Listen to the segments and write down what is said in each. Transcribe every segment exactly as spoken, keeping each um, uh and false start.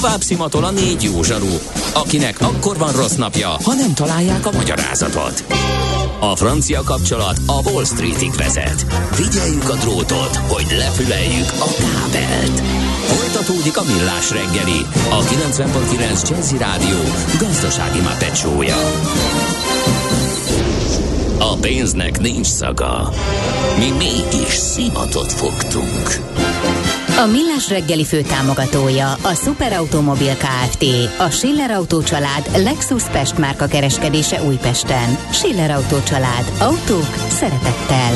tovább szimatol a négy jó zsaru, akinek akkor van rossz napja, ha nem találják a magyarázatot. A francia kapcsolat a Wall Streetig vezet. Figyeljük a drótot, hogy lefüleljük a kábelt. Folytatódik a Millás reggeli, a kilencven pont kilenc Jazzy Rádió gazdasági mápecsója. A pénznek nincs szaga. Mi mégis szimatot fogtunk. A Millás reggeli főtámogatója a Superautomobil Kft. A Schiller Autó család Lexus Pest márka kereskedése Újpesten. Schiller Autó család. Autók szeretettel.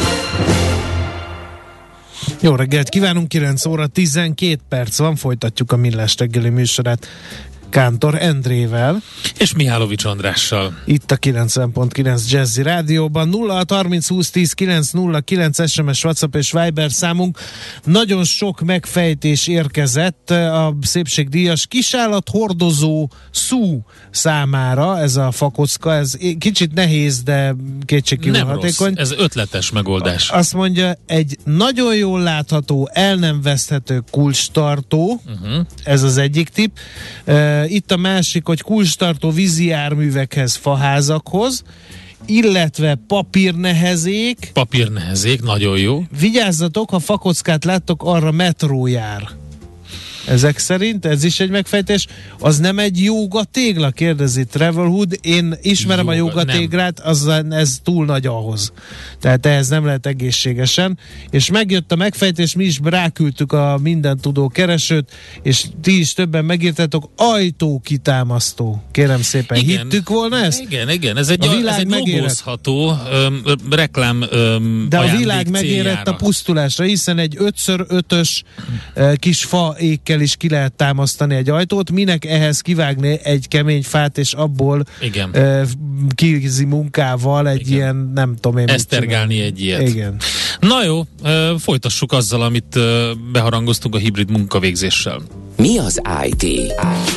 Jó reggelt kívánunk, kilenc óra tizenkét perc van, folytatjuk a Millás reggeli műsorát Kántor Endrével és Mihálovics Andrással. Itt a kilencven pont kilenc Jazzy Rádióban. Nulla hat harminc húsz tíz kilenc nulla kilenc es em es, WhatsApp és Viber számunk. Nagyon sok megfejtés érkezett a szépségdíjas kisállat hordozó szú számára. Ez a fakocka, ez kicsit nehéz, de kétségkívül hatékony. Ez ötletes megoldás. Azt mondja, egy nagyon jól látható, el nem veszthető kulcstartó. Uh-huh. Ez az egyik tipp. Itt a másik, hogy kulcstartó vízi járművekhez, faházakhoz, illetve papírnehezék. Papírnehezék, nagyon jó. Vigyázzatok, ha fakockát láttok, arra metró jár. Ezek szerint, ez is egy megfejtés. Az nem egy jóga tégla, kérdezi Travelhood. Én ismerem jóga, a jóga téglát, az, ez túl nagy ahhoz. Tehát ehhez nem lehet egészségesen. És megjött a megfejtés, mi is ráküldtük a mindentudó keresőt, és ti is többen megírtátok, ajtókitámasztó. Kérem szépen, igen, hittük volna ezt? Igen, igen, ez egy, a, ez egy logózható öm, reklám öm, de a világ megérett a pusztulásra, hiszen egy ötször ötös uh, kis fa ékkel is ki lehet támasztani egy ajtót, minek ehhez kivágni egy kemény fát, és abból uh, kézi munkával egy igen. ilyen, nem tudom én esztergálni egy ilyet. Igen. Na jó, uh, folytassuk azzal, amit uh, beharangoztunk a hibrid munkavégzéssel. Mi az i té?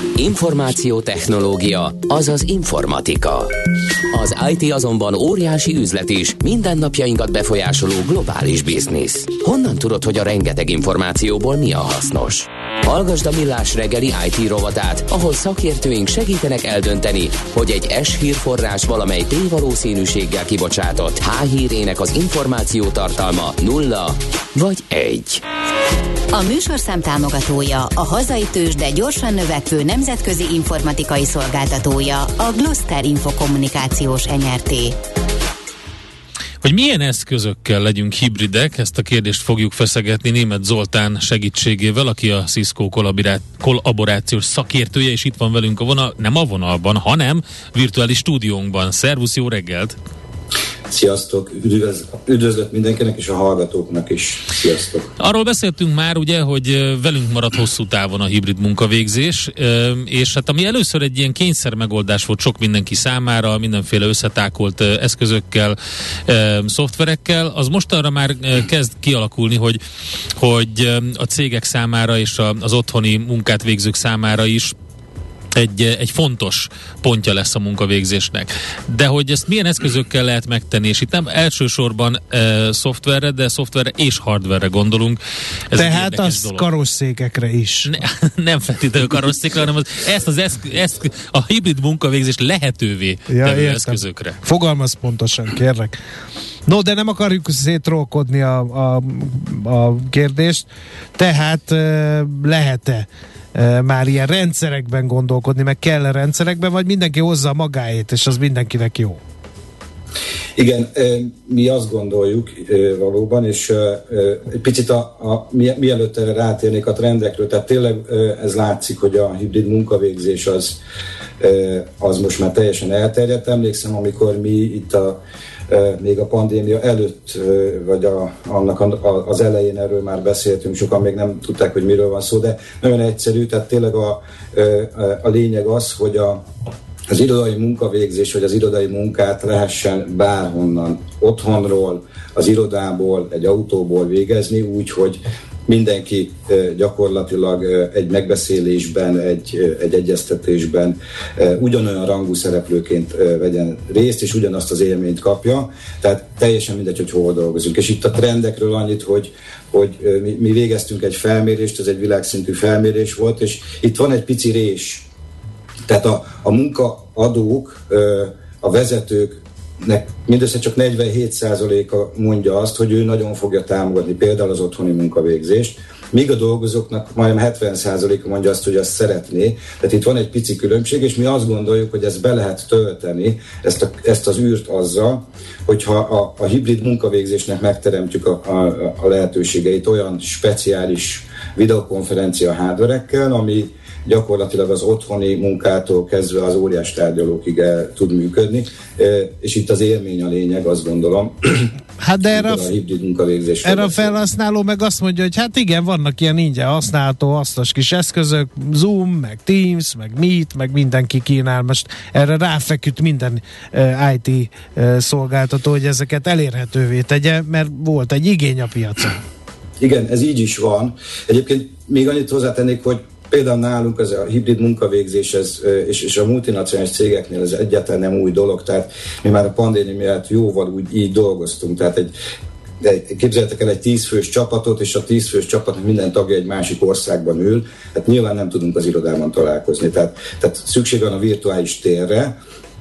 Információtechnológia, azaz informatika. Az i té azonban óriási üzlet is, mindennapjainkat befolyásoló globális biznisz. Honnan tudod, hogy a rengeteg információból mi a hasznos? Hallgasd a Millás reggeli i té rovatát, ahol szakértőink segítenek eldönteni, hogy egy S-hírforrás valamely P-valószínűséggel kibocsátott H-hírének az információ tartalma nulla vagy egy. A műsorszám támogatója, a hazai tőzsde gyorsan növekvő nemzetközi informatikai szolgáltatója, a Gloster Infokommunikációs en er té. Hogy milyen eszközökkel legyünk hibridek, ezt a kérdést fogjuk feszegetni Németh Zoltán segítségével, aki a Cisco kollaborációs szakértője, és itt van velünk a vonal, nem a vonalban, hanem virtuális stúdiónkban. Szervusz, jó reggelt! Sziasztok! Üdvöz, üdvözlök mindenkinek és a hallgatóknak is. Sziasztok! Arról beszéltünk már, ugye, hogy velünk marad hosszú távon a hibrid munkavégzés, és hát ami először egy ilyen kényszer megoldás volt sok mindenki számára, mindenféle összetákolt eszközökkel, szoftverekkel, az mostanra már kezd kialakulni, hogy, hogy a cégek számára és az otthoni munkát végzők számára is Egy, egy fontos pontja lesz a munkavégzésnek. De hogy ezt milyen eszközökkel lehet megtenni, és itt nem elsősorban e, szoftverre, de szoftverre és hardverre gondolunk. Ez tehát az dolog. Karosszékekre is. Ne, nem feltétlenül karosszékre, hanem az, ezt, az eszk, ezt a hibrid munkavégzést lehetővé ja, tevő értem. Eszközökre. Fogalmaz pontosan, kérlek. No, de nem akarjuk szétrolkodni a, a, a kérdést, tehát e, lehet-e már ilyen rendszerekben gondolkodni, meg kell rendszerekben, vagy mindenki hozza magáét, és az mindenkinek jó? Igen, mi azt gondoljuk valóban, és egy picit a, a, mielőtt rátérnék a trendekről, tehát tényleg ez látszik, hogy a hibrid munkavégzés az, az most már teljesen elterjedt. Emlékszem, amikor mi itt a még a pandémia előtt, vagy a, annak a, az elején erről már beszéltünk, sokan még nem tudták, hogy miről van szó, de nagyon egyszerű, tehát tényleg a, a lényeg az, hogy a, az irodai munkavégzés, vagy az irodai munkát lehessen bárhonnan, otthonról, az irodából, egy autóból végezni, úgy, hogy mindenki gyakorlatilag egy megbeszélésben, egy, egy egyeztetésben ugyanolyan rangú szereplőként vegyen részt, és ugyanazt az élményt kapja, tehát teljesen mindegy, hogy hol dolgozunk. És itt a trendekről annyit, hogy, hogy mi, mi végeztünk egy felmérést, ez egy világszintű felmérés volt, és itt van egy pici rés. Tehát a, a munkaadók, a vezetők, mindössze csak negyvenhét százaléka mondja azt, hogy ő nagyon fogja támogatni például az otthoni munkavégzést, míg a dolgozóknak majdnem hetven százaléka mondja azt, hogy azt szeretné. Tehát itt van egy pici különbség, és mi azt gondoljuk, hogy ezt be lehet tölteni, ezt, a, ezt az űrt azzal, hogyha a, a hibrid munkavégzésnek megteremtjük a, a, a lehetőségeit olyan speciális videokonferencia hardverekkel, ami gyakorlatilag az otthoni munkától kezdve az óriás tárgyalókig el tud működni, és itt az élmény a lényeg, azt gondolom. Hát de erre a, a, erre a felhasználó meg azt mondja, hogy hát igen, vannak ilyen ingyen használható hasznos kis eszközök, Zoom, meg Teams, meg Meet, meg mindenki kínál. Most erre ráfeküdt minden uh, i té uh, szolgáltató, hogy ezeket elérhetővé tegye, mert volt egy igény a piacon. Igen, ez így is van. Egyébként még annyit hozzátennék, hogy például nálunk ez a hibrid munkavégzés ez, és, és a multinacionális cégeknél ez egyáltalán nem új dolog, tehát mi már a pandémia miatt jóval úgy így dolgoztunk, tehát egy, egy, képzeljétek el egy tízfős csapatot, és a tízfős csapatnak minden tagja egy másik országban ül, hát nyilván nem tudunk az irodában találkozni, tehát, tehát szükség van a virtuális térre,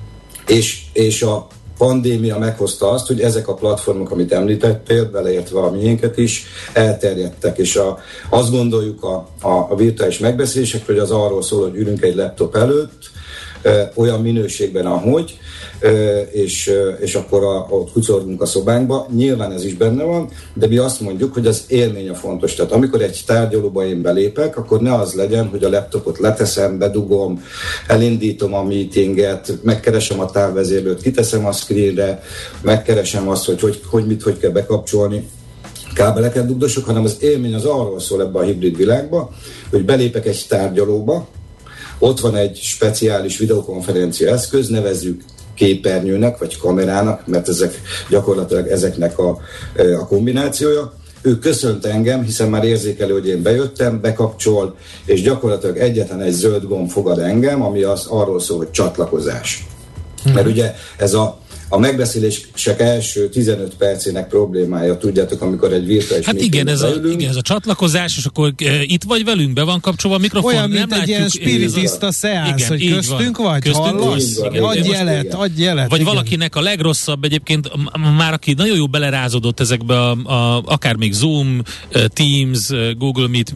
és, és a pandémia meghozta azt, hogy ezek a platformok, amit említettél, beleértve a miénket is, elterjedtek, és a, azt gondoljuk a, a, a virtuális megbeszélésekről, hogy az arról szól, hogy ülünk egy laptop előtt, ö, olyan minőségben, ahogy, ö, és, ö, és akkor a, ott kucorgunk a szobánkba. Nyilván ez is benne van, de mi azt mondjuk, hogy az élmény a fontos. Tehát amikor egy tárgyalóba én belépek, akkor ne az legyen, hogy a laptopot leteszem, bedugom, elindítom a meetinget, megkeresem a távvezérlőt, kiteszem a screenre, megkeresem azt, hogy hogy, hogy mit, hogy kell bekapcsolni, kábeleket dugdosok, hanem az élmény az arról szól ebbe a hibrid világba, hogy belépek egy tárgyalóba, ott van egy speciális videokonferencia eszköz, nevezzük képernyőnek, vagy kamerának, mert ezek gyakorlatilag ezeknek a, a kombinációja. Ő köszönt engem, hiszen már érzékelő, hogy én bejöttem, bekapcsol, és gyakorlatilag egyetlen egy zöld gomb fogad engem, ami az arról szól, hogy csatlakozás. Hmm. Mert ugye ez a A megbeszélések első tizenöt percének problémája, tudjátok, amikor egy virtuális hát igen ez, a, igen, ez a csatlakozás, és akkor e, itt vagy velünk, be van kapcsolva a mikrofon. Olyan, mint nem egy ilyen spiritista szeánsz, hogy köztünk van, vagy, köztünk hallasz? Adj jelet, adj jelet. Vagy igen. Valakinek a legrosszabb egyébként, már aki nagyon jó belerázódott ezekbe a, a akár még Zoom, Teams, Google Meet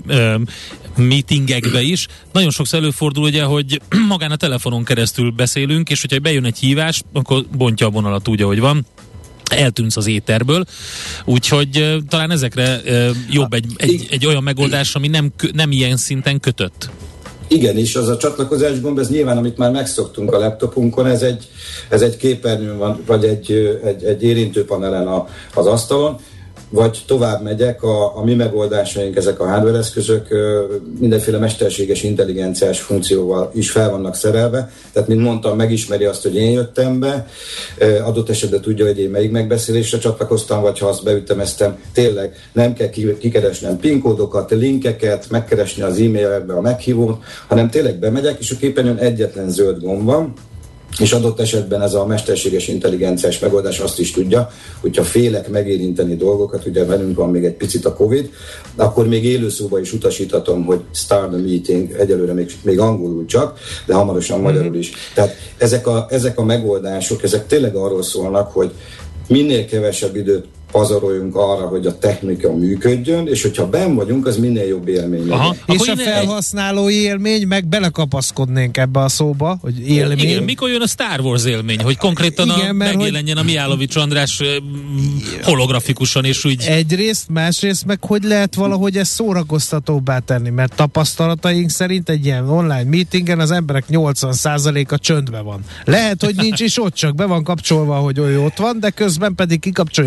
meetingekbe is, nagyon sokszor előfordul ugye, hogy magán a telefonon keresztül beszélünk, és hogyha bejön egy hívás, akkor bontja a vonalat úgy, ahogy van, eltűnsz az éterből, úgyhogy uh, talán ezekre uh, jobb egy, egy, egy olyan megoldás, ami nem, nem ilyen szinten kötött. Igen, és az a csatlakozás gomb, ez nyilván, amit már megszoktunk a laptopunkon, ez egy, ez egy képernyőn van, vagy egy, egy, egy érintőpanelen a, az asztalon, vagy tovább megyek, a, a mi megoldásaink, ezek a hardware eszközök mindenféle mesterséges intelligenciás funkcióval is fel vannak szerelve, tehát mint mondtam, megismeri azt, hogy én jöttem be, adott esetben tudja, hogy én melyik megbeszélésre csatlakoztam, vagy ha azt beütemeztem, tényleg nem kell kikeresnem PIN kódokat, linkeket, megkeresni az e-mailbe a meghívót, hanem tényleg bemegyek, és a képernyőn egyetlen zöld gomb van, és adott esetben ez a mesterséges intelligenciás megoldás azt is tudja, hogyha félek megérinteni dolgokat, ugye velünk van még egy picit a Covid, akkor még élőszóba is utasítatom, hogy start the meeting, egyelőre még, még angolul csak, de hamarosan magyarul is. Tehát ezek a, ezek a megoldások, ezek tényleg arról szólnak, hogy minél kevesebb időt pazaroljunk arra, hogy a technika működjön, és hogyha benn vagyunk, az minél jobb élmény legyen. És a felhasználói élmény, meg belekapaszkodnénk ebbe a szóba, hogy élmény. Igen, mikor jön a Star Wars élmény, hogy konkrétan igen, a, megjelenjen hogy... a Mijálovics András holografikusan, és úgy... Egyrészt, másrészt meg hogy lehet valahogy ezt szórakoztatóbbá tenni, mert tapasztalataink szerint egy ilyen online meetingen az emberek nyolcvan százaléka csöndben van. Lehet, hogy nincs is ott, csak be van kapcsolva, hogy ő ott van, de közben pedig kikapcsolja a kamerát,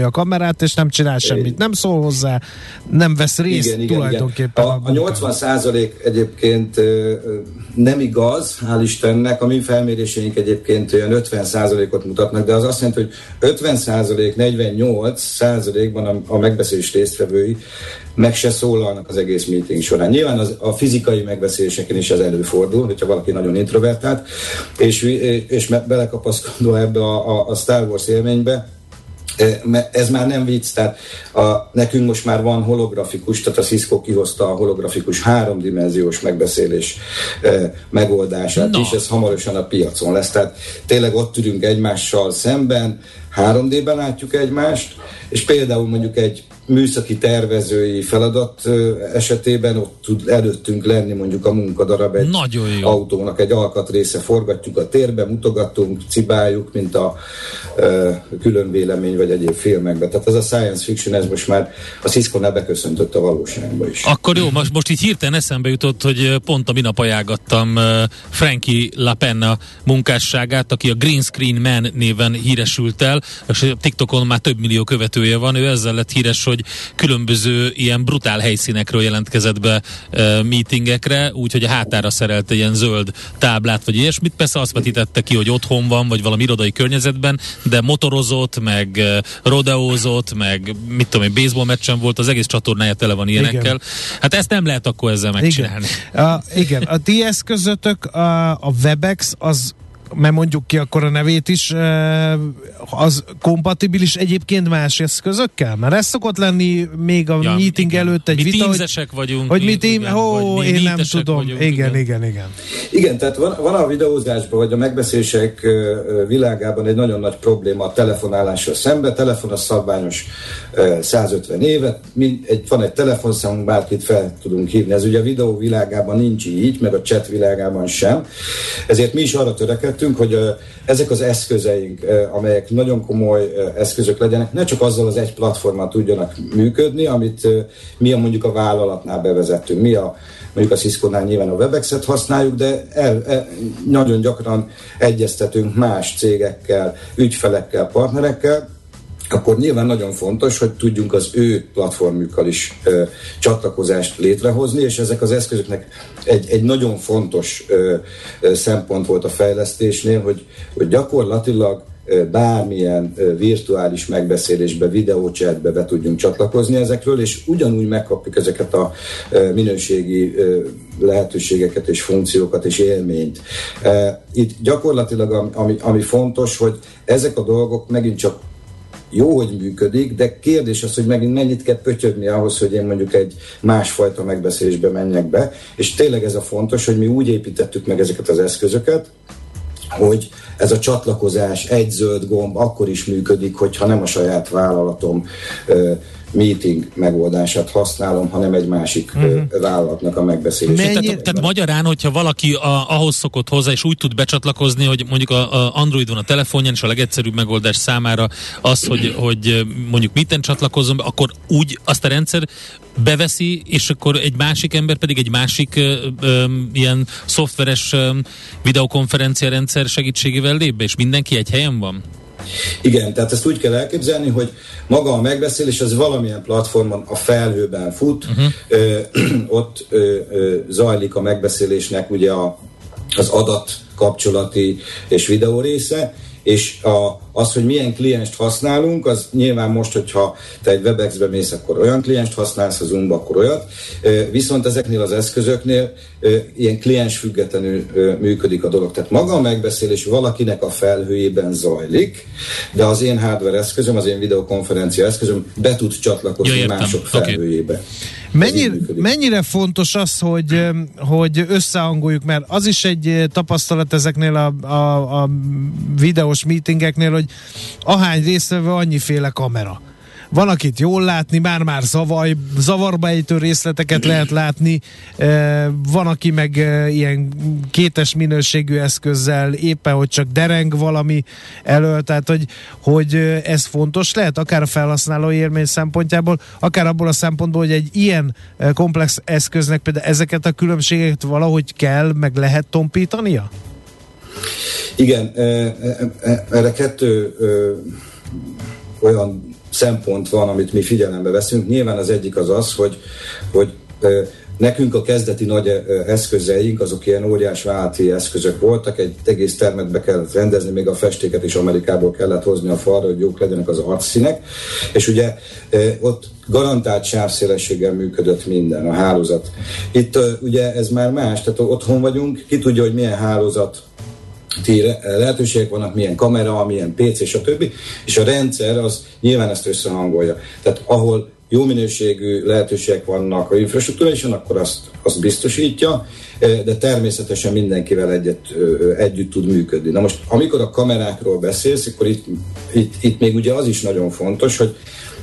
át, és nem csinál semmit, nem szól hozzá, nem vesz részt igen, igen, tulajdonképpen. Igen. A, a nyolcvan százalék egyébként nem igaz, hál' Istennek, a mi felméréseink egyébként olyan ötven százalékot mutatnak, de az azt jelenti, hogy ötven százalék, negyvennyolc százalékban a, a megbeszélés résztvevői meg se szólalnak az egész meeting során. Nyilván az, a fizikai megbeszéléseken is ez előfordul, hogyha valaki nagyon introvertált, és, és belekapaszkodó ebbe a, a, a Star Wars élménybe, ez már nem vicc, tehát a, nekünk most már van holografikus, tehát a Cisco kihozta a holografikus háromdimenziós megbeszélés e, megoldását no. is, ez hamarosan a piacon lesz, tehát tényleg ott ülünk egymással szemben, három dében látjuk egymást, és például mondjuk egy műszaki tervezői feladat esetében ott tud előttünk lenni mondjuk a munkadarab egy autónak egy alkatrésze, forgatjuk a térbe, mutogatunk, cibáljuk, mint a e, külön vélemény vagy egyéb filmekben. Tehát ez a science fiction, ez most már a Cisco-nál beköszöntött a valóságba is. Akkor jó, most, most így hirtelen eszembe jutott, hogy pont a minap ajánlgattam uh, Frankie LaPenna munkásságát, aki a Green Screen Man néven híresült el, és a TikTokon már több millió követője van, ő ezzel lett híres, hogy különböző ilyen brutál helyszínekről jelentkezett be uh, meetingekre, úgyhogy a hátára szerelte ilyen zöld táblát, vagy ilyesmit. Persze azt vetítette ki, hogy otthon van, vagy valami irodai környezetben, de motorozott, meg uh, rodeózott, meg mit tudom én, baseball meccsen volt, az egész csatornája tele van ilyenekkel. Igen. Hát ezt nem lehet akkor ezzel megcsinálni. Igen, a, igen. a ti eszközötök, a, a Webex, az mert mondjuk ki akkor a nevét is, az kompatibilis egyébként más eszközökkel? Mert ez szokott lenni még a ja, meeting igen. előtt egy mi vita, hogy, vagyunk, hogy mi team, igen, ó, én nem tudom. Vagyunk, igen, igen, igen, igen. Igen, tehát van, van a videózásban, vagy a megbeszélések világában egy nagyon nagy probléma a telefonálással szemben. Telefon a szabványos százötven évet, egy, van egy telefonszámunk, bárkit fel tudunk hívni. Ez ugye a videó világában nincs így, meg a chat világában sem. Ezért mi is arra törekedtünk, hogy uh, ezek az eszközeink, uh, amelyek nagyon komoly uh, eszközök legyenek, ne csak azzal az egy platformon tudjanak működni, amit uh, mi a, mondjuk a vállalatnál bevezettünk. Mi a, mondjuk a Cisco-nál nyilván a Webexet használjuk, de el, el, nagyon gyakran egyeztetünk más cégekkel, ügyfelekkel, partnerekkel, akkor nyilván nagyon fontos, hogy tudjunk az ő platformjukkal is ö, csatlakozást létrehozni, és ezek az eszközöknek egy, egy nagyon fontos ö, ö, szempont volt a fejlesztésnél, hogy, hogy gyakorlatilag ö, bármilyen ö, virtuális megbeszélésbe, videóchatbe be tudjunk csatlakozni ezekről, és ugyanúgy megkapjuk ezeket a ö, minőségi ö, lehetőségeket és funkciókat és élményt. Itt gyakorlatilag ami, ami fontos, hogy ezek a dolgok megint csak jó, hogy működik, de kérdés az, hogy megint mennyit kell pötyögni ahhoz, hogy én mondjuk egy másfajta megbeszélésbe menjek be, és tényleg ez a fontos, hogy mi úgy építettük meg ezeket az eszközöket, hogy ez a csatlakozás, egy zöld gomb akkor is működik, hogyha nem a saját vállalatom uh, meeting megoldását használom, hanem egy másik uh-huh. vállalatnak a megbeszélését. Tehát, tehát magyarán, hogyha valaki a, ahhoz szokott hozzá, és úgy tud becsatlakozni, hogy mondjuk a, a Androidon a telefonján, és a legegyszerűbb megoldás számára az, hogy, hogy mondjuk miten csatlakozom, akkor úgy azt a rendszer beveszi, és akkor egy másik ember pedig egy másik ö, ö, ilyen szoftveres ö, videokonferencia rendszer segítségével lép be, és mindenki egy helyen van? Igen, tehát ezt úgy kell elképzelni, hogy maga a megbeszélés az valamilyen platformon a felhőben fut, uh-huh. ö, ott ö, ö, zajlik a megbeszélésnek ugye a, az adat kapcsolati és videó része, és a, az, hogy milyen klienst használunk, az nyilván most, hogyha te egy Webexbe mész, akkor olyan klienst használsz, a Zoomba, akkor olyat. Viszont ezeknél az eszközöknél ilyen kliens függetlenül működik a dolog. Tehát maga a megbeszélés valakinek a felhőjében zajlik, de az én hardware eszközöm, az én videokonferencia eszközöm be tud csatlakozni ja, mások felhőjébe. Okay. Mennyire, mennyire fontos az, hogy, hogy összehangoljuk, mert az is egy tapasztalat ezeknél a, a, a videós meetingeknél, hogy ahány résztvevő, annyiféle kamera. Van, akit jól látni, már-már zavaj, zavarba ejtő részleteket lehet látni, van, aki meg ilyen kétes minőségű eszközzel éppen, hogy csak dereng valami elől, tehát, hogy, hogy ez fontos lehet, akár a felhasználói élmény szempontjából, akár abból a szempontból, hogy egy ilyen komplex eszköznek például ezeket a különbségeket valahogy kell, meg lehet tompítania? Igen, erre kettő olyan szempont van, amit mi figyelembe veszünk. Nyilván az egyik az az, hogy, hogy nekünk a kezdeti nagy eszközeink, azok ilyen óriás vállalati eszközök voltak, egy egész termet kellett rendezni, még a festéket is Amerikából kellett hozni a falra, hogy jók legyenek az arcszínek, és ugye ott garantált sávszélességgel működött minden, a hálózat. Itt ugye ez már más, tehát otthon vagyunk, ki tudja, hogy milyen hálózat lehetőségek vannak, milyen kamera, milyen pé cé, stb. És a rendszer az nyilván ezt összehangolja. Tehát ahol jó minőségű lehetőségek vannak a infrastruktúrálisan, akkor azt, azt biztosítja, de természetesen mindenkivel egyet, együtt tud működni. Na most, amikor a kamerákról beszélsz, akkor itt, itt, itt még ugye az is nagyon fontos, hogy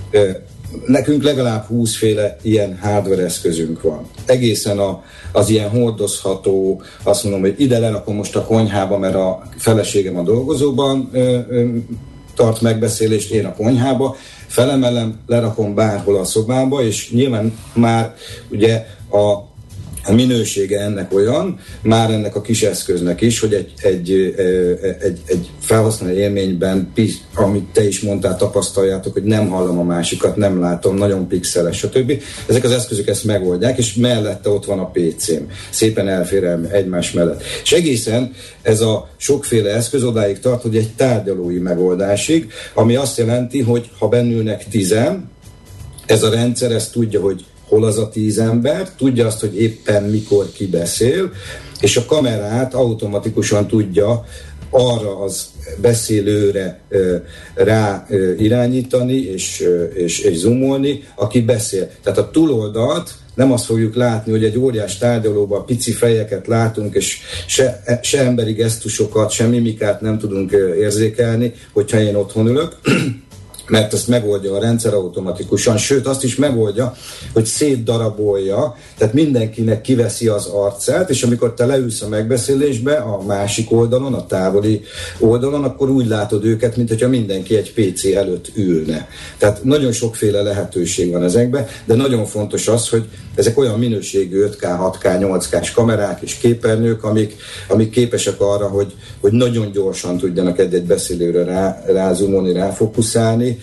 nekünk legalább húszféle ilyen hardware eszközünk van. Egészen a, az ilyen hordozható, azt mondom, hogy ide lerakom most a konyhába, mert a feleségem a dolgozóban ö, ö, tart megbeszélést, én a konyhába, felemelem, lerakom bárhol a szobába, és nyilván már ugye a a minősége ennek olyan, már ennek a kis eszköznek is, hogy egy, egy, egy, egy felhasználó élményben, amit te is mondtál, tapasztaljátok, hogy nem hallom a másikat, nem látom, nagyon pixeles, stb. Ezek az eszközök ezt megoldják, és mellette ott van a pé cém. Szépen elfér el egymás mellett. És egészen ez a sokféle eszköz odáig tart, hogy egy tárgyalói megoldásig, ami azt jelenti, hogy ha bennülnek tizen, ez a rendszer ezt tudja, hogy hol az a tíz ember, tudja azt, hogy éppen mikor ki beszél, és a kamerát automatikusan tudja arra az beszélőre ö, rá ö, irányítani és, ö, és, és zoomolni, aki beszél. Tehát a túloldalt nem azt fogjuk látni, hogy egy óriás tárgyalóban pici fejeket látunk, és se, se emberi gesztusokat, se mimikát nem tudunk érzékelni, hogyha én otthon ülök, mert ezt megoldja a rendszer automatikusan, sőt azt is megoldja, hogy szétdarabolja, tehát mindenkinek kiveszi az arcát, és amikor te leülsz a megbeszélésbe a másik oldalon, a távoli oldalon, akkor úgy látod őket, mint hogyha mindenki egy pé cé előtt ülne. Tehát nagyon sokféle lehetőség van ezekben, de nagyon fontos az, hogy ezek olyan minőségű öt ká, hat ká, nyolc ká-s kamerák és képernyők, amik, amik képesek arra, hogy, hogy nagyon gyorsan tudjanak egy-egy beszélőre rá, rázumolni, ráfokuszálni,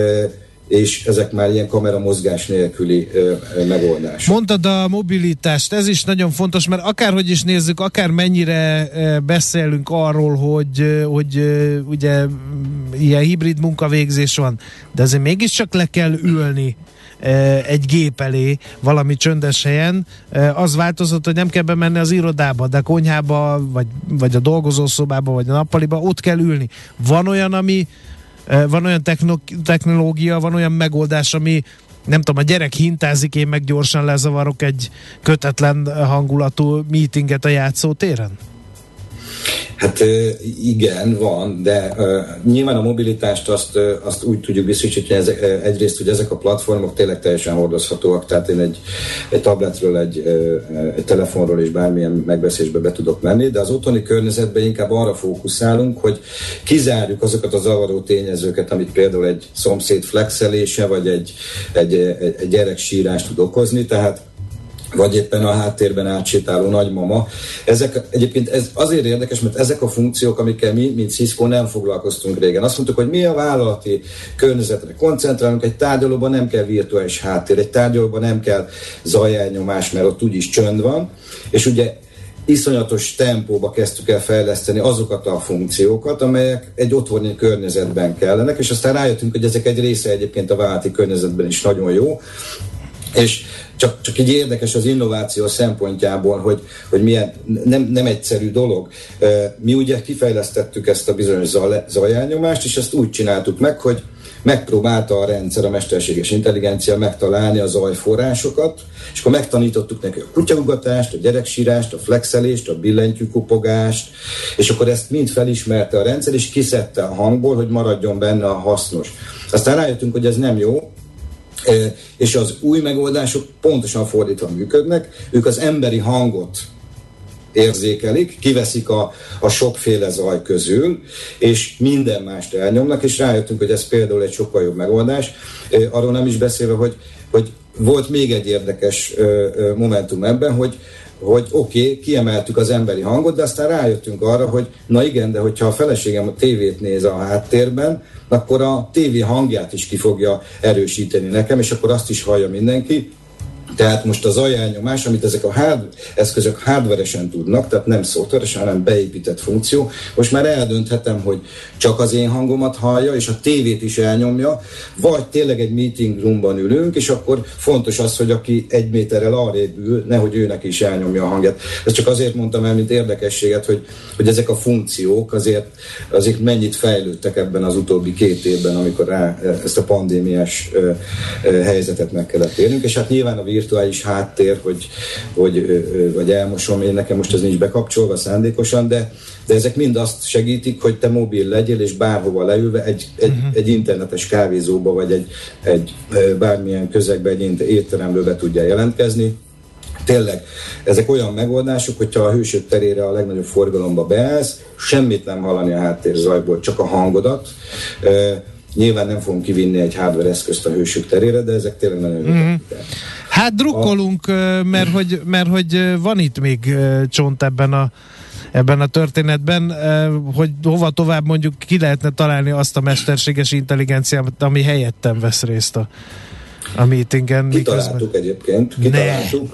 és ezek már ilyen kameramozgás nélküli megoldás. Mondtad a mobilitást, ez is nagyon fontos, mert akárhogy is nézzük, akár mennyire beszélünk arról, hogy, hogy ugye ilyen hibrid munkavégzés van, de azért mégiscsak le kell ülni egy gép elé valami csöndes helyen. Az változott, hogy nem kell bemenni az irodába, de a konyhába, vagy, vagy a dolgozószobába, vagy a nappaliba, ott kell ülni. Van olyan, ami van olyan technológia, van olyan megoldás, ami nem tudom, a gyerek hintázik, én meg gyorsan lezavarok egy kötetlen hangulatú meetinget a játszótéren? Hát igen, van, de uh, nyilván a mobilitást azt, uh, azt úgy tudjuk biztosítani, hogy ezek, uh, egyrészt, hogy ezek a platformok tényleg teljesen hordozhatóak, tehát én egy, egy tabletről, egy, uh, egy telefonról és bármilyen megbeszélésbe be tudok menni, de az otthoni környezetben inkább arra fókuszálunk, hogy kizárjuk azokat a zavaró tényezőket, amit például egy szomszéd flexelése, vagy egy, egy, egy, egy gyerek sírás tud okozni, tehát vagy éppen a háttérben átsétáló nagymama. Ezek egyébként ez azért érdekes, mert ezek a funkciók, amikkel mi, mint Cisco nem foglalkoztunk régen. Azt mondtuk, hogy mi a vállalati környezetre koncentrálunk, egy tárgyalóban nem kell virtuális háttér, egy tárgyalóban nem kell zajelnyomás, mert ott úgyis csönd van, és ugye iszonyatos tempóba kezdtük el fejleszteni azokat a funkciókat, amelyek egy otthoni környezetben kellenek, és aztán rájöttünk, hogy ezek egy része egyébként a vállalati környezetben is nagyon jó, és Csak, csak így érdekes az innováció szempontjából, hogy, hogy milyen nem, nem egyszerű dolog. Mi ugye kifejlesztettük ezt a bizonyos zajelnyomást, és ezt úgy csináltuk meg, hogy megpróbálta a rendszer, a mesterséges intelligencia megtalálni a zajforrásokat, és akkor megtanítottuk neki a kutyaugatást, a gyereksírást, a flexelést, a billentyűkopogást, és akkor ezt mind felismerte a rendszer, és kiszedte a hangból, hogy maradjon benne a hasznos. Aztán rájöttünk, hogy ez nem jó, és az új megoldások pontosan fordítva működnek, ők az emberi hangot érzékelik, kiveszik a, a sokféle zaj közül, és minden mást elnyomnak, és rájöttünk, hogy ez például egy sokkal jobb megoldás. Arról nem is beszélve, hogy, hogy volt még egy érdekes momentum ebben, hogy hogy oké, okay, kiemeltük az emberi hangot, de aztán rájöttünk arra, hogy na igen, de hogyha a feleségem a tévét néz a háttérben, akkor a tévé hangját is ki fogja erősíteni nekem, és akkor azt is hallja mindenki. Tehát most az zajelnyomás, amit ezek a hard, eszközök hardveresen tudnak, tehát nem szoftveresen, hanem beépített funkció, most már eldönthetem, hogy csak az én hangomat hallja, és a tévét is elnyomja, vagy tényleg egy meeting roomban ülünk, és akkor fontos az, hogy aki egy méterrel arrébb ül, nehogy őnek is elnyomja a hangját. Ezt csak azért mondtam el, mint érdekességet, hogy, hogy ezek a funkciók azért, azért mennyit fejlődtek ebben az utóbbi két évben, amikor rá ezt a pandémiás ö, ö, helyzetet meg kellett érnünk, és hát nyilván a virtuális háttér, hogy, hogy vagy elmosom, én nekem most ez nincs bekapcsolva szándékosan, de, de ezek mind azt segítik, hogy te mobil legyél, és bárhova leülve egy, egy, uh-huh. egy internetes kávézóba, vagy egy, egy bármilyen közegbe, egy étterembe be tudjál jelentkezni. Tényleg, ezek olyan megoldások, hogyha a Hősök terére a legnagyobb forgalomba beállsz, semmit nem hallani a háttérzajból, csak a hangodat. Nyilván nem fogom kivinni egy hardware eszközt a Hősök terére, de ezek tényleg nagyon jó. Mm. Hát drukkolunk, a... mert, hogy, mert hogy van itt még csont ebben a, ebben a történetben, hogy hova tovább mondjuk ki lehetne találni azt a mesterséges intelligenciát, ami helyettem vesz részt a, a meetingen. Kitaláltuk miközben... egyébként, kitaláltuk.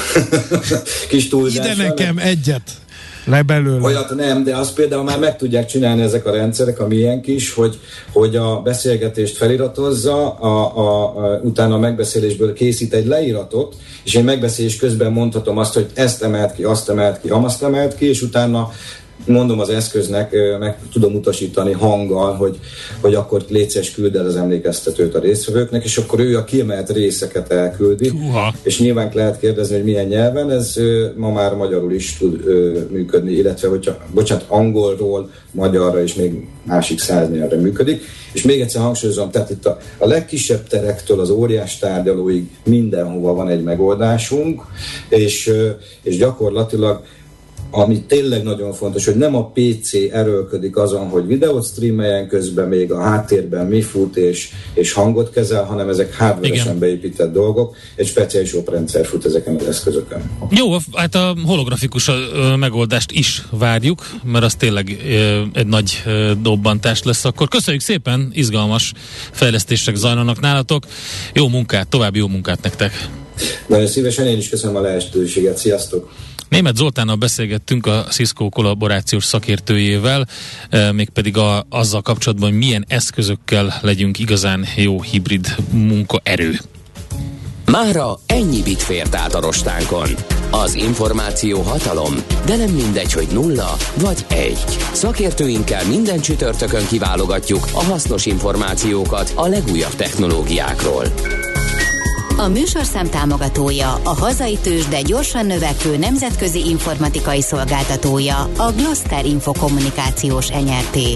Kis túlzással. Ide nekem nem? Egyet. Le belőle. Olyat nem, de azt például már meg tudják csinálni ezek a rendszerek, a miénk is, hogy, hogy a beszélgetést feliratozza, a, a, a, utána a megbeszélésből készít egy leíratot, és én megbeszélés közben mondhatom azt, hogy ezt emelt ki, azt emelt ki, amazt emelt ki, és utána mondom az eszköznek, meg tudom utasítani hanggal, hogy, hogy akkor létszes küld el az emlékeztetőt a résztvevőknek, és akkor ő a kiemelt részeket elküldi. Uha. És nyilván lehet kérdezni, hogy milyen nyelven, ez ma már magyarul is tud ö, működni, illetve hogyha, bocsánat, angolról magyarra és még másik száz nyelvre működik. És még egyszer hangsúlyozom, tehát itt a, a legkisebb terektől az óriás tárgyalóig mindenhova van egy megoldásunk, és, és gyakorlatilag ami tényleg nagyon fontos, hogy nem a pé cé erőlködik azon, hogy videót streameljen, közben még a háttérben mi fut és, és hangot kezel, hanem ezek hardveresen beépített dolgok, egy speciális oprendszer fut ezeken az eszközökön. Jó, hát a holografikus megoldást is várjuk, mert az tényleg egy nagy dobbantás lesz akkor. Köszönjük szépen, izgalmas fejlesztések zajlanak nálatok. Jó munkát, további jó munkát nektek! Nagyon szívesen, én is köszönöm a lehetőséget. Sziasztok! Németh Zoltánnal beszélgettünk, a Cisco kollaborációs szakértőjével, mégpedig a, azzal kapcsolatban, hogy milyen eszközökkel legyünk igazán jó hibrid munkaerő. Mára ennyi bit fért át a rostánkon. Az információ hatalom, de nem mindegy, hogy nulla vagy egy. Szakértőinkkel minden csütörtökön kiválogatjuk a hasznos információkat a legújabb technológiákról. A műsorszám támogatója, a hazai tőzsde gyorsan növekvő nemzetközi informatikai szolgáltatója, a Gloster Infokommunikációs en er té.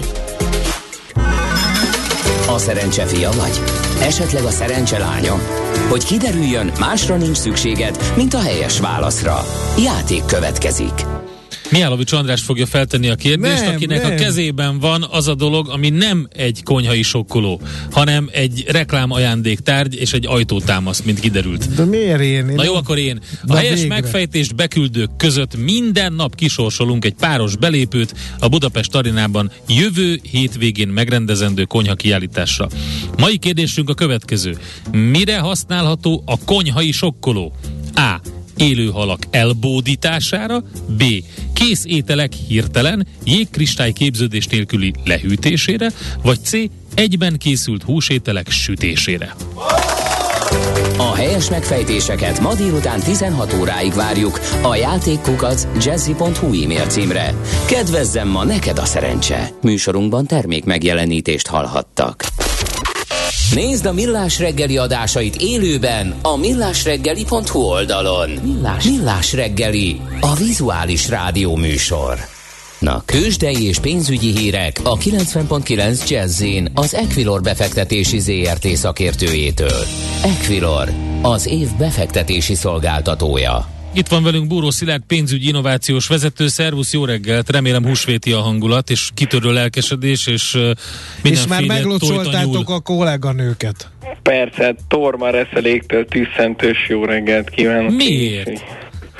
A szerencse fia vagy? Esetleg a szerencse lánya? Hogy kiderüljön, másra nincs szükséged, mint a helyes válaszra. Játék következik. Mihálovics András fogja feltenni a kérdést, nem, akinek nem. a kezében van az a dolog, ami nem egy konyhai sokkoló, hanem egy reklám ajándéktárgy és egy ajtótámasz, mint kiderült. De miért én? én Na jó, akkor én. A helyes végre. megfejtést beküldők között minden nap kisorsolunk egy páros belépőt a Budapest Arénában jövő hétvégén megrendezendő konyha kiállításra. Mai kérdésünk a következő. Mire használható a konyhai sokkoló? A. Élőhalak elbódítására, B. Kész ételek hirtelen, jégkristály képződés nélküli lehűtésére, vagy C. Egyben készült húsételek sütésére. A helyes megfejtéseket ma délután tizenhat óráig várjuk a játékkukac jazzy pont hu e-mail címre. Kedvezzem ma neked a szerencse! Műsorunkban termék megjelenítést hallhattak. Nézd a Millás reggeli adásait élőben a millásreggeli pont hu oldalon. Millás, Millás reggeli, a vizuális rádió műsor. Na, tőzsdei és pénzügyi hírek a kilencven pont kilenc Jazzin az Equilor befektetési zé er té szakértőjétől. Equilor, az év befektetési szolgáltatója. Itt van velünk Búró Szilárd, pénzügyi innovációs vezető. Szervusz, jó reggelt! Remélem húsvéti a hangulat, és kitörő lelkesedés, és uh, mindenféle És már meglocsoltátok a kolléganőket. Persze, Torma Reszeléktől tüsszentős jó reggelt kívánok. Miért?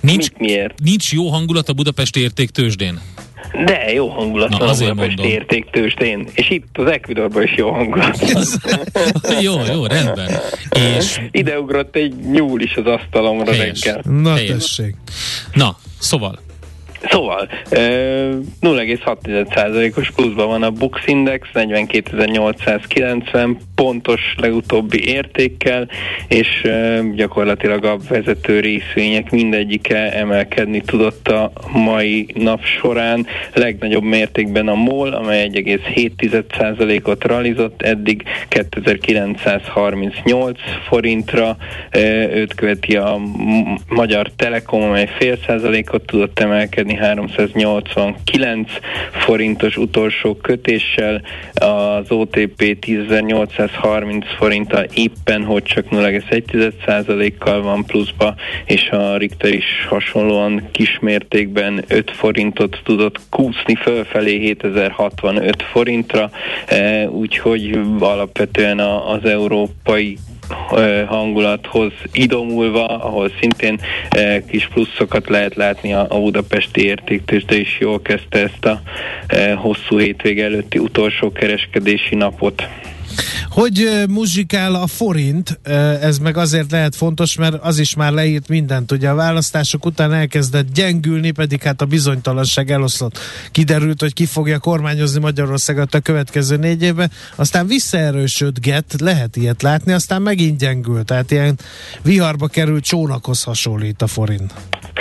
Nincs, Mit, miért? Nincs jó hangulat a budapesti értéktőzsdén? De jó hangulat Na, van a azért budapesti mondom. értéktőzsdén. És itt az Ecuadorban is jó hangulat van. Jó, jó, rendben. És Ideugrott egy nyúl is az asztalomra helyes. reggel. Na Helyes. tessék. Na, szóval Szóval nulla egész hat százalékos pluszban van a Bux Index, negyvenkétezer-nyolcszázkilencven pontos legutóbbi értékkel, és gyakorlatilag a vezető részvények mindegyike emelkedni tudott a mai nap során. Legnagyobb mértékben a MOL, amely egy egész hét százalékot realizott, eddig kétezer-kilencszázharmincnyolc forintra, őt követi a Magyar Telekom, amely fél százalékot tudott emelkedni, háromszáznyolcvankilenc forintos utolsó kötéssel, az o té pé tízezer-nyolcszázharminc forinttal éppen, hogy csak nulla egész egy százalékkal van pluszba, és a Richter is hasonlóan kismértékben öt forintot tudott kúszni fölfelé hétezer-hatvanöt forintra, úgyhogy alapvetően az európai hangulathoz idomulva, ahol szintén e, kis pluszokat lehet látni, a, a budapesti értéktőzsde is jól kezdte ezt a e, hosszú hétvége előtti utolsó kereskedési napot. Hogy uh, muzsikál a forint, uh, ez meg azért lehet fontos, mert az is már leírt mindent. Ugye a választások után elkezdett gyengülni, pedig hát a bizonytalanság eloszlott. Kiderült, hogy ki fogja kormányozni Magyarországot a következő négy évben, aztán visszaerősödget, lehet ilyet látni, aztán megint gyengül, tehát ilyen viharba került csónakhoz hasonlít a forint.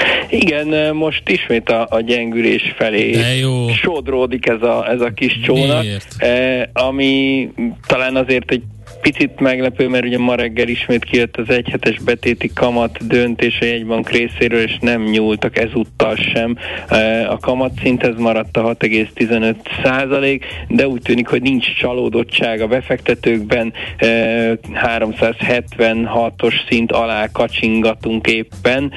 Igen, most ismét a, a gyengülés felé sodródik ez a, ez a kis csónak, eh, ami talán azért egy picit meglepő, mert ugye ma reggel ismét kijött az egyhetes betéti kamat döntése jegybank részéről, és nem nyúltak ezúttal sem. A kamatszinthez maradt a hat egész tizenöt százalék, de úgy tűnik, hogy nincs csalódottság a befektetőkben. háromszázhetvenhatos szint alá kacsingatunk éppen,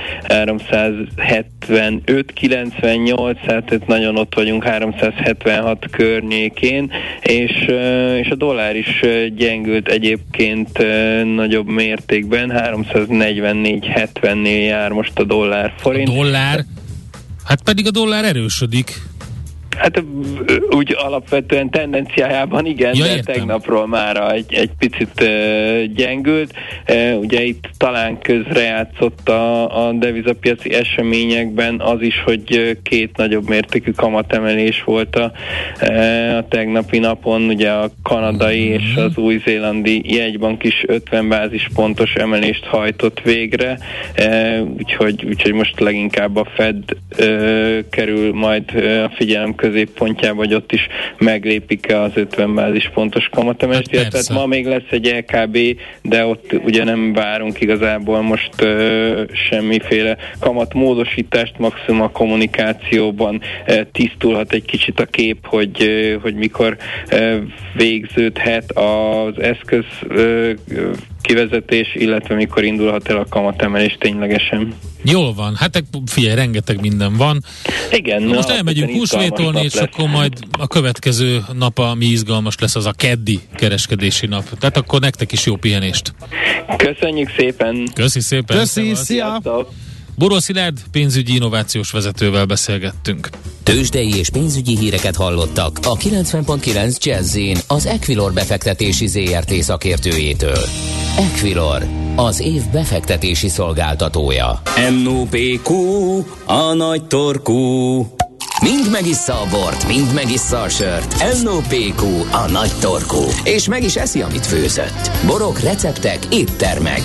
háromszázhetvenöt kilencvennyolc, tehát nagyon ott vagyunk háromszázhetvenhat környékén, és, és a dollár is gyengült egyébként e, nagyobb mértékben, háromszáznegyvennégy hetvennél jár most a dollár forint. A dollár? Hát pedig a dollár erősödik. Hát úgy alapvetően tendenciájában igen, ja, de értem. Tegnapról már egy, egy picit uh, gyengült. Uh, ugye itt talán közrejátszott a, a devizapiaci eseményekben az is, hogy két nagyobb mértékű kamatemelés volt a, uh, a tegnapi napon. Ugye a kanadai mm-hmm. és az új-zélandi jegybank is ötven bázispontos emelést hajtott végre, uh, úgyhogy, úgyhogy most leginkább a Fed uh, kerül majd uh, a figyelem középpontjába, vagy ott is meglépik az ötven bázispontos kamatemelést, hát tehát ma még lesz egy el ká bé, de ott ugye nem várunk igazából most uh, semmiféle kamatmódosítást, maximum a kommunikációban uh, tisztulhat egy kicsit a kép, hogy, uh, hogy mikor uh, végződhet az eszköz uh, kivezetés, illetve mikor indulhat el a kamatemelés ténylegesen. Jól van, hát figyelj, rengeteg minden van. Igen. Most elmegyünk húsvétolni, és lesz. Akkor majd a következő nap, ami izgalmas lesz, az a keddi kereskedési nap. Tehát akkor nektek is jó pihenést. Köszönjük szépen. Köszi szépen. Köszi, szia. Boró Szilárd pénzügyi innovációs vezetővel beszélgettünk. Tőzsdei és pénzügyi híreket hallottak a kilencven pont kilenc Jazz-in az Equilor befektetési zé er té szakértőjétől. Equilor, az év befektetési szolgáltatója. em o pé kú, a nagy torkú. Mind megissza a bort, mind megissza a sört. em o pé kú, a nagy torkú. És meg is eszi, amit főzött. Borok, receptek, éttermek.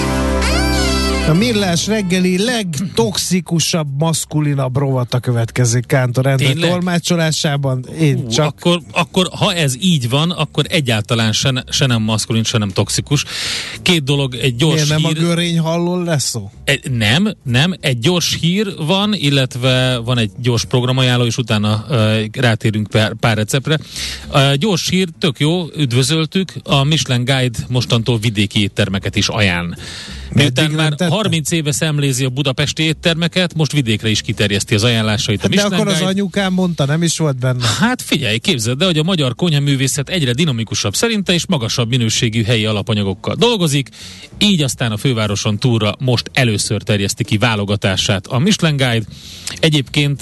A Millás reggeli legtoxikusabb, maszkulinabb rovata következik Kántor Endre tolmácsolásában. Én Hú, csak... Akkor, akkor, ha ez így van, akkor egyáltalán se, se nem maszkulin, se nem toxikus. Két dolog, egy gyors Miért nem hír... a görény hallól lesz szó? E, nem, nem. Egy gyors hír van, illetve van egy gyors programajánló, és utána uh, rátérünk pár, pár receptre. Uh, gyors hír, tök jó, üdvözöltük. A Michelin Guide mostantól vidéki éttermeket is ajánl. Miután már harminc éve szemlézi a budapesti éttermeket, most vidékre is kiterjeszti az ajánlásait a De Michelin akkor Guide. az anyukám mondta, nem is volt benne. Hát figyelj, képzeld el, hogy a magyar konyhaművészet egyre dinamikusabb szerinte és magasabb minőségű helyi alapanyagokkal dolgozik, így aztán a fővároson túlra most először terjeszti ki válogatását a Michelin Guide. Egyébként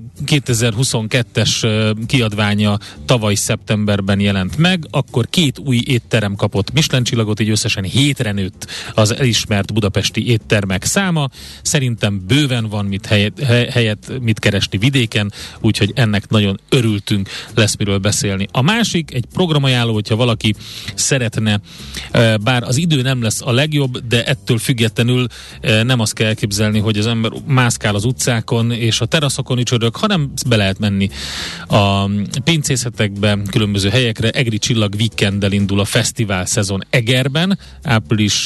kétezer-huszonkettes kiadványa tavaly szeptemberben jelent meg, akkor két új étterem kapott Michelin csillagot, így összesen hétre nőtt az elismert budapesti éttermek száma. Szerintem bőven van mit helyet, helyet mit keresni vidéken, úgyhogy ennek nagyon örültünk, lesz miről beszélni. A másik, egy programajánló, hogyha valaki szeretne, bár az idő nem lesz a legjobb, de ettől függetlenül nem azt kell elképzelni, hogy az ember mászkál az utcákon és a teraszokon ücsörög, hanem be lehet menni a pincészetekbe, különböző helyekre. Egri Csillag Weekenddel indul a fesztivál szezon Egerben, április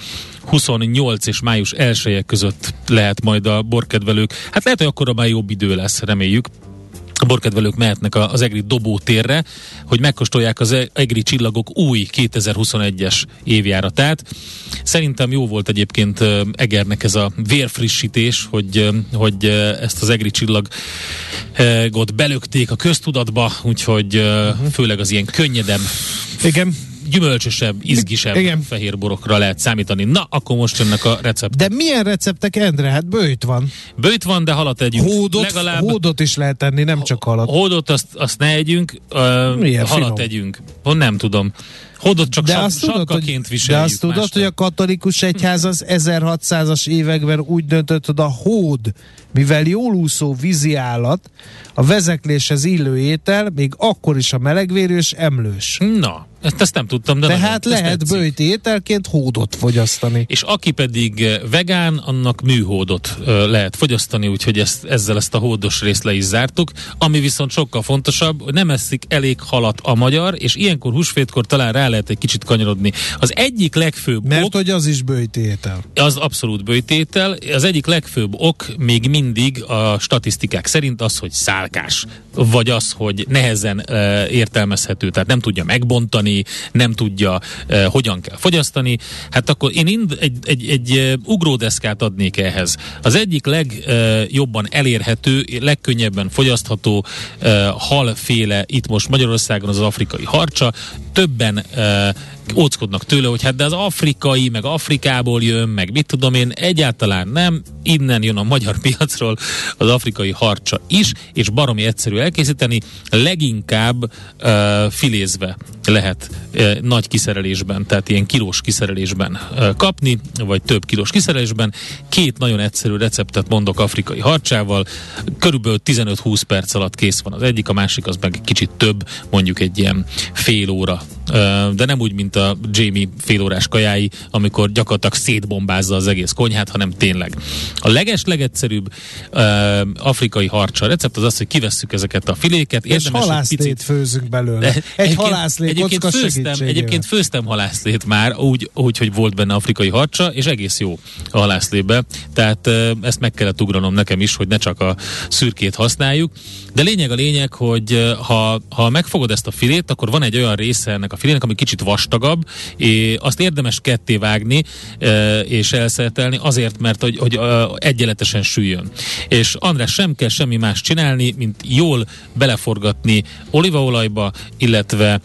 huszonnyolc és május elseje között lehet majd a borkedvelők. Hát lehet, hogy akkor már jobb idő lesz, reméljük. A borkedvelők mehetnek az Egri dobótérre, hogy megkóstolják az Egri Csillagok új kétezer-huszonegyes évjáratát. Szerintem jó volt egyébként Egernek ez a vérfrissítés, hogy, hogy ezt az Egri Csillagot belökték a köztudatba, úgyhogy uh-huh. főleg az ilyen könnyedem. Igen. Gyümölcsösebb, izgisebb Igen. fehér borokra lehet számítani. Na, akkor most jönnek a receptek. De milyen receptek, Endre? Hát bőjt van. Bőjt van, de halat együnk. Hódot, Legalább... hódot is lehet tenni, nem csak halat. Hódot azt, azt ne együnk, uh, halat finom. együnk. Hon nem tudom. Hódot csak de sap, sapkaként viseljük. De azt tudod, másnál. Hogy a katolikus egyház az ezerhatszázas években úgy döntött, hogy a hód, mivel jól úszó vízi állat, a vezekléshez illő étel, még akkor is a melegvérű és emlős. Na, ezt, ezt nem tudtam, de tehát nagyon, lehet bőjt ételként hódot fogyasztani. És aki pedig vegán, annak műhódot uh, lehet fogyasztani, úgyhogy ezt, ezzel ezt a hódos részt le is zártuk. Ami viszont sokkal fontosabb, hogy nem eszik elég halat a magyar, és ilyenkor húsvétkor talán rá lehet egy kicsit kanyarodni. Az egyik legfőbb Mert ok... hogy az is bőjtétel. Az abszolút bőjtétel. Az egyik legfőbb ok még mindig a statisztikák szerint az, hogy szálkás. Vagy az, hogy nehezen uh, értelmezhető, tehát nem tudja megbontani, nem tudja uh, hogyan kell fogyasztani. Hát akkor én ind, egy, egy, egy uh, ugródeszkát adnék ehhez. Az egyik legjobban uh, elérhető, legkönnyebben fogyasztható uh, halféle itt most Magyarországon az afrikai harcsa. Többen uh, óckodnak tőle, hogy hát de az afrikai, meg Afrikából jön, meg mit tudom én, egyáltalán nem, innen jön a magyar piacról az afrikai harcsa is, és baromi egyszerű elkészíteni, leginkább uh, filézve lehet uh, nagy kiszerelésben, tehát ilyen kilós kiszerelésben uh, kapni, vagy több kilós kiszerelésben. Két nagyon egyszerű receptet mondok afrikai harcsával, körülbelül tizenöt-húsz perc alatt kész van az egyik, a másik az meg kicsit több, mondjuk egy ilyen fél óra. Uh, de nem úgy, mint a Jamie félórás kajái, amikor gyakorlatilag szétbombázza az egész konyhát, hanem tényleg. A leges, legegyszerűbb uh, afrikai harcsa recept az az, hogy kivesszük ezeket a filéket. És halászlét picit... főzünk belőle. Egy halászlét egyébként kocka főztem, egyébként főztem halászlét már, úgy, úgy, hogy volt benne afrikai harcsa, és egész jó a halászlétbe. Tehát uh, ezt meg kellett ugranom nekem is, hogy ne csak a szürkét használjuk. De lényeg a lényeg, hogy uh, ha, ha megfogod ezt a filét, akkor van egy olyan része ennek a filének, ami kicsit vastagabb, és azt érdemes ketté vágni és elszetelni azért, mert hogy, hogy egyenletesen süljön. És András, sem kell semmi más csinálni, mint jól beleforgatni olívaolajba, illetve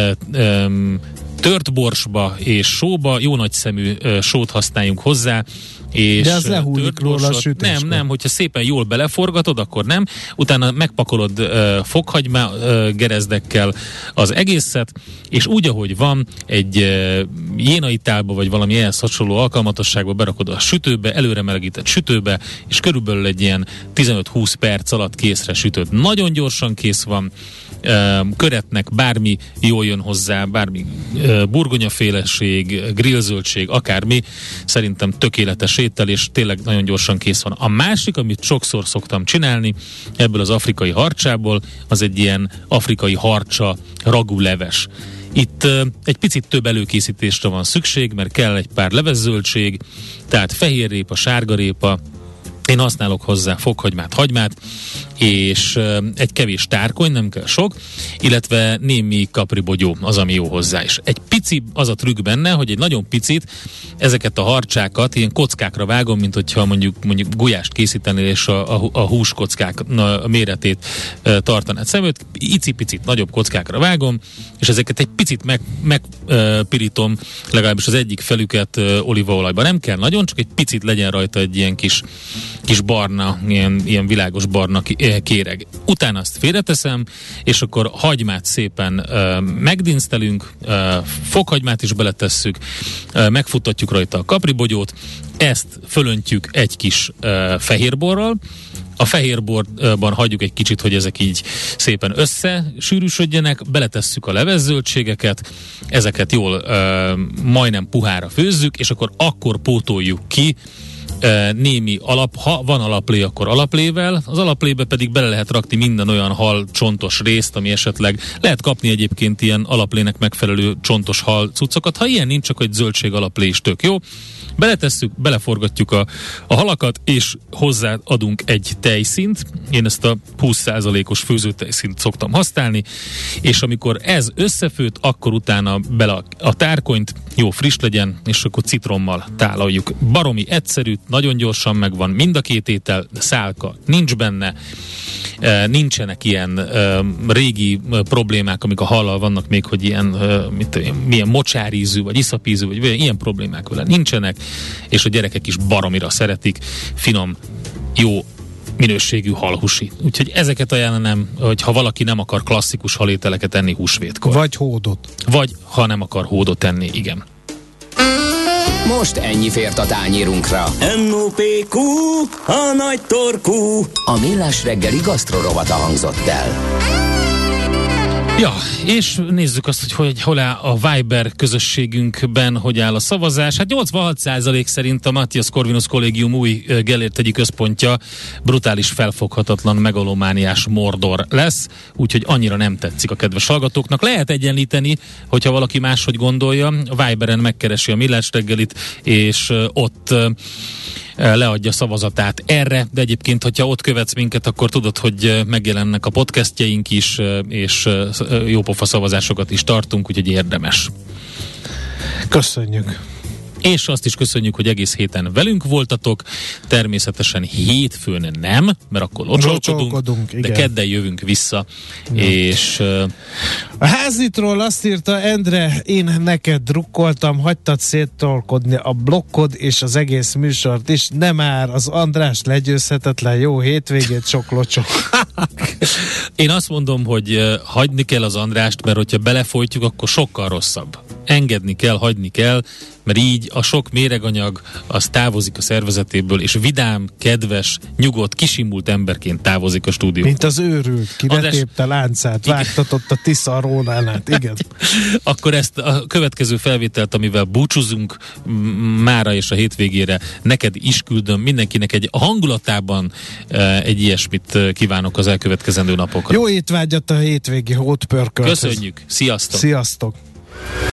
tört borsba és sóba, jó nagy szemű sót használjunk hozzá, és de az lehúlik róla a sütéskor. Nem, nem, hogyha szépen jól beleforgatod, akkor nem. Utána megpakolod uh, fokhagymá uh, gerezdekkel az egészet, és úgy, ahogy van, egy uh, jénai tálba, vagy valami ehhez hasonló alkalmatosságba berakod a sütőbe, előre melegített sütőbe, és körülbelül egy ilyen tizenöt-húsz perc alatt készre sütöd. Nagyon gyorsan kész van, uh, köretnek bármi jól jön hozzá, bármi uh, burgonyaféleség, grillzöldség, akármi, szerintem tökéletes étel, és tényleg nagyon gyorsan kész van. A másik, amit sokszor szoktam csinálni ebből az afrikai harcsából, az egy ilyen afrikai harcsa ragúleves. Itt uh, egy picit több előkészítésre van szükség, mert kell egy pár levezzöldség, tehát fehérrépa, sárgarépa, Én használok hozzá fokhagymát, hagymát, és egy kevés tárkony, nem kell sok, illetve némi kapribogyó az, ami jó hozzá is. Egy pici az a trükk benne, hogy egy nagyon picit ezeket a harcsákat ilyen kockákra vágom, mint hogyha mondjuk, mondjuk gulyást készítenél, és a, a, a húskockák a méretét e, tartanád szem előtt, icipicit nagyobb kockákra vágom, és ezeket egy picit megpirítom, meg, e, legalábbis az egyik felüket e, olívaolajban. Nem kell nagyon, csak egy picit legyen rajta egy ilyen kis kis barna, ilyen, ilyen világos barna kéreg. Utána azt félreteszem, és akkor hagymát szépen uh, megdinsztelünk, uh, fokhagymát is beletesszük, uh, megfuttatjuk rajta a kapribogyót, ezt fölöntjük egy kis uh, fehérborral, a fehérborban hagyjuk egy kicsit, hogy ezek így szépen összesűrűsödjenek, beletesszük a levezzöldségeket, ezeket jól uh, majdnem puhára főzzük, és akkor akkor pótoljuk ki némi alap, ha van alaplé, akkor alaplével, az alaplébe pedig bele lehet rakni minden olyan hal csontos részt, ami esetleg lehet kapni egyébként ilyen alaplének megfelelő csontos hal cuccokat. Ha ilyen nincs, akkor egy zöldség alaplé is tök jó. Beletesszük, beleforgatjuk a, a halakat, és hozzáadunk egy tejszínt. Én ezt a húsz százalékos főzőtejszínt szoktam használni, és amikor ez összefőtt, akkor utána bele a, a tárkonyt, jó friss legyen, és akkor citrommal tálaljuk. Baromi egyszerű, nagyon gyorsan megvan mind a két étel, szálka nincs benne, e, nincsenek ilyen e, régi e, problémák, amik a hallal vannak még, hogy ilyen e, mit, milyen mocsárízű, vagy iszapízű, vagy ilyen problémák vele nincsenek, és a gyerekek is baromira szeretik, finom, jó minőségű halhúsi. Úgyhogy ezeket ajánlanám, hogy ha valaki nem akar klasszikus halételeket enni húsvétkor. Vagy hódot. Vagy ha nem akar hódot enni, igen. Most ennyi fért a tányérunkra. em o pé kú, a nagy torkú. A Millás reggeli gasztrorovata hangzott el. Ja, és nézzük azt, hogy, hogy hol áll a Viber közösségünkben, hogy áll a szavazás. Hát nyolcvanhat százalék szerint a Matthias Corvinus Kollégium új Gellért egyik központja brutális, felfoghatatlan, megalomániás Mordor lesz, úgyhogy annyira nem tetszik a kedves hallgatóknak. Lehet egyenlíteni, hogyha valaki máshogy gondolja. A Viberen megkeresi a Millás reggelit, és ott leadja szavazatát erre, de egyébként, hogyha ott követsz minket, akkor tudod, hogy megjelennek a podcastjaink is, és jópofa szavazásokat is tartunk, úgyhogy érdemes. Köszönjük. És azt is köszönjük, hogy egész héten velünk voltatok. Természetesen hétfőn nem, mert akkor locsolkodunk, de kedden jövünk vissza. Ja. És uh, a házitról azt írta Endre, én neked drukkoltam, hagytad széttolkodni a blokkod és az egész műsort is. Nem már, az András legyőzhetetlen, jó hétvégét, sok locsó. Én azt mondom, hogy uh, hagyni kell az Andrást, mert hogyha belefolytjuk, akkor sokkal rosszabb. Engedni kell, hagyni kell, mert így a sok méreganyag az távozik a szervezetéből, és vidám, kedves, nyugodt, kisimult emberként távozik a stúdióból. Mint az őrült, ki letépte láncát, vágtatott a Tisza a Rónánát, igen. Akkor ezt a következő felvételt, amivel búcsúzunk mára és a hétvégére, neked is küldöm, mindenkinek egy a hangulatában egy ilyesmit kívánok az elkövetkezendő napokra. Jó étvágyat a hétvégi hótpörkölthöz. Köszönjük, sziasztok! Sziasztok!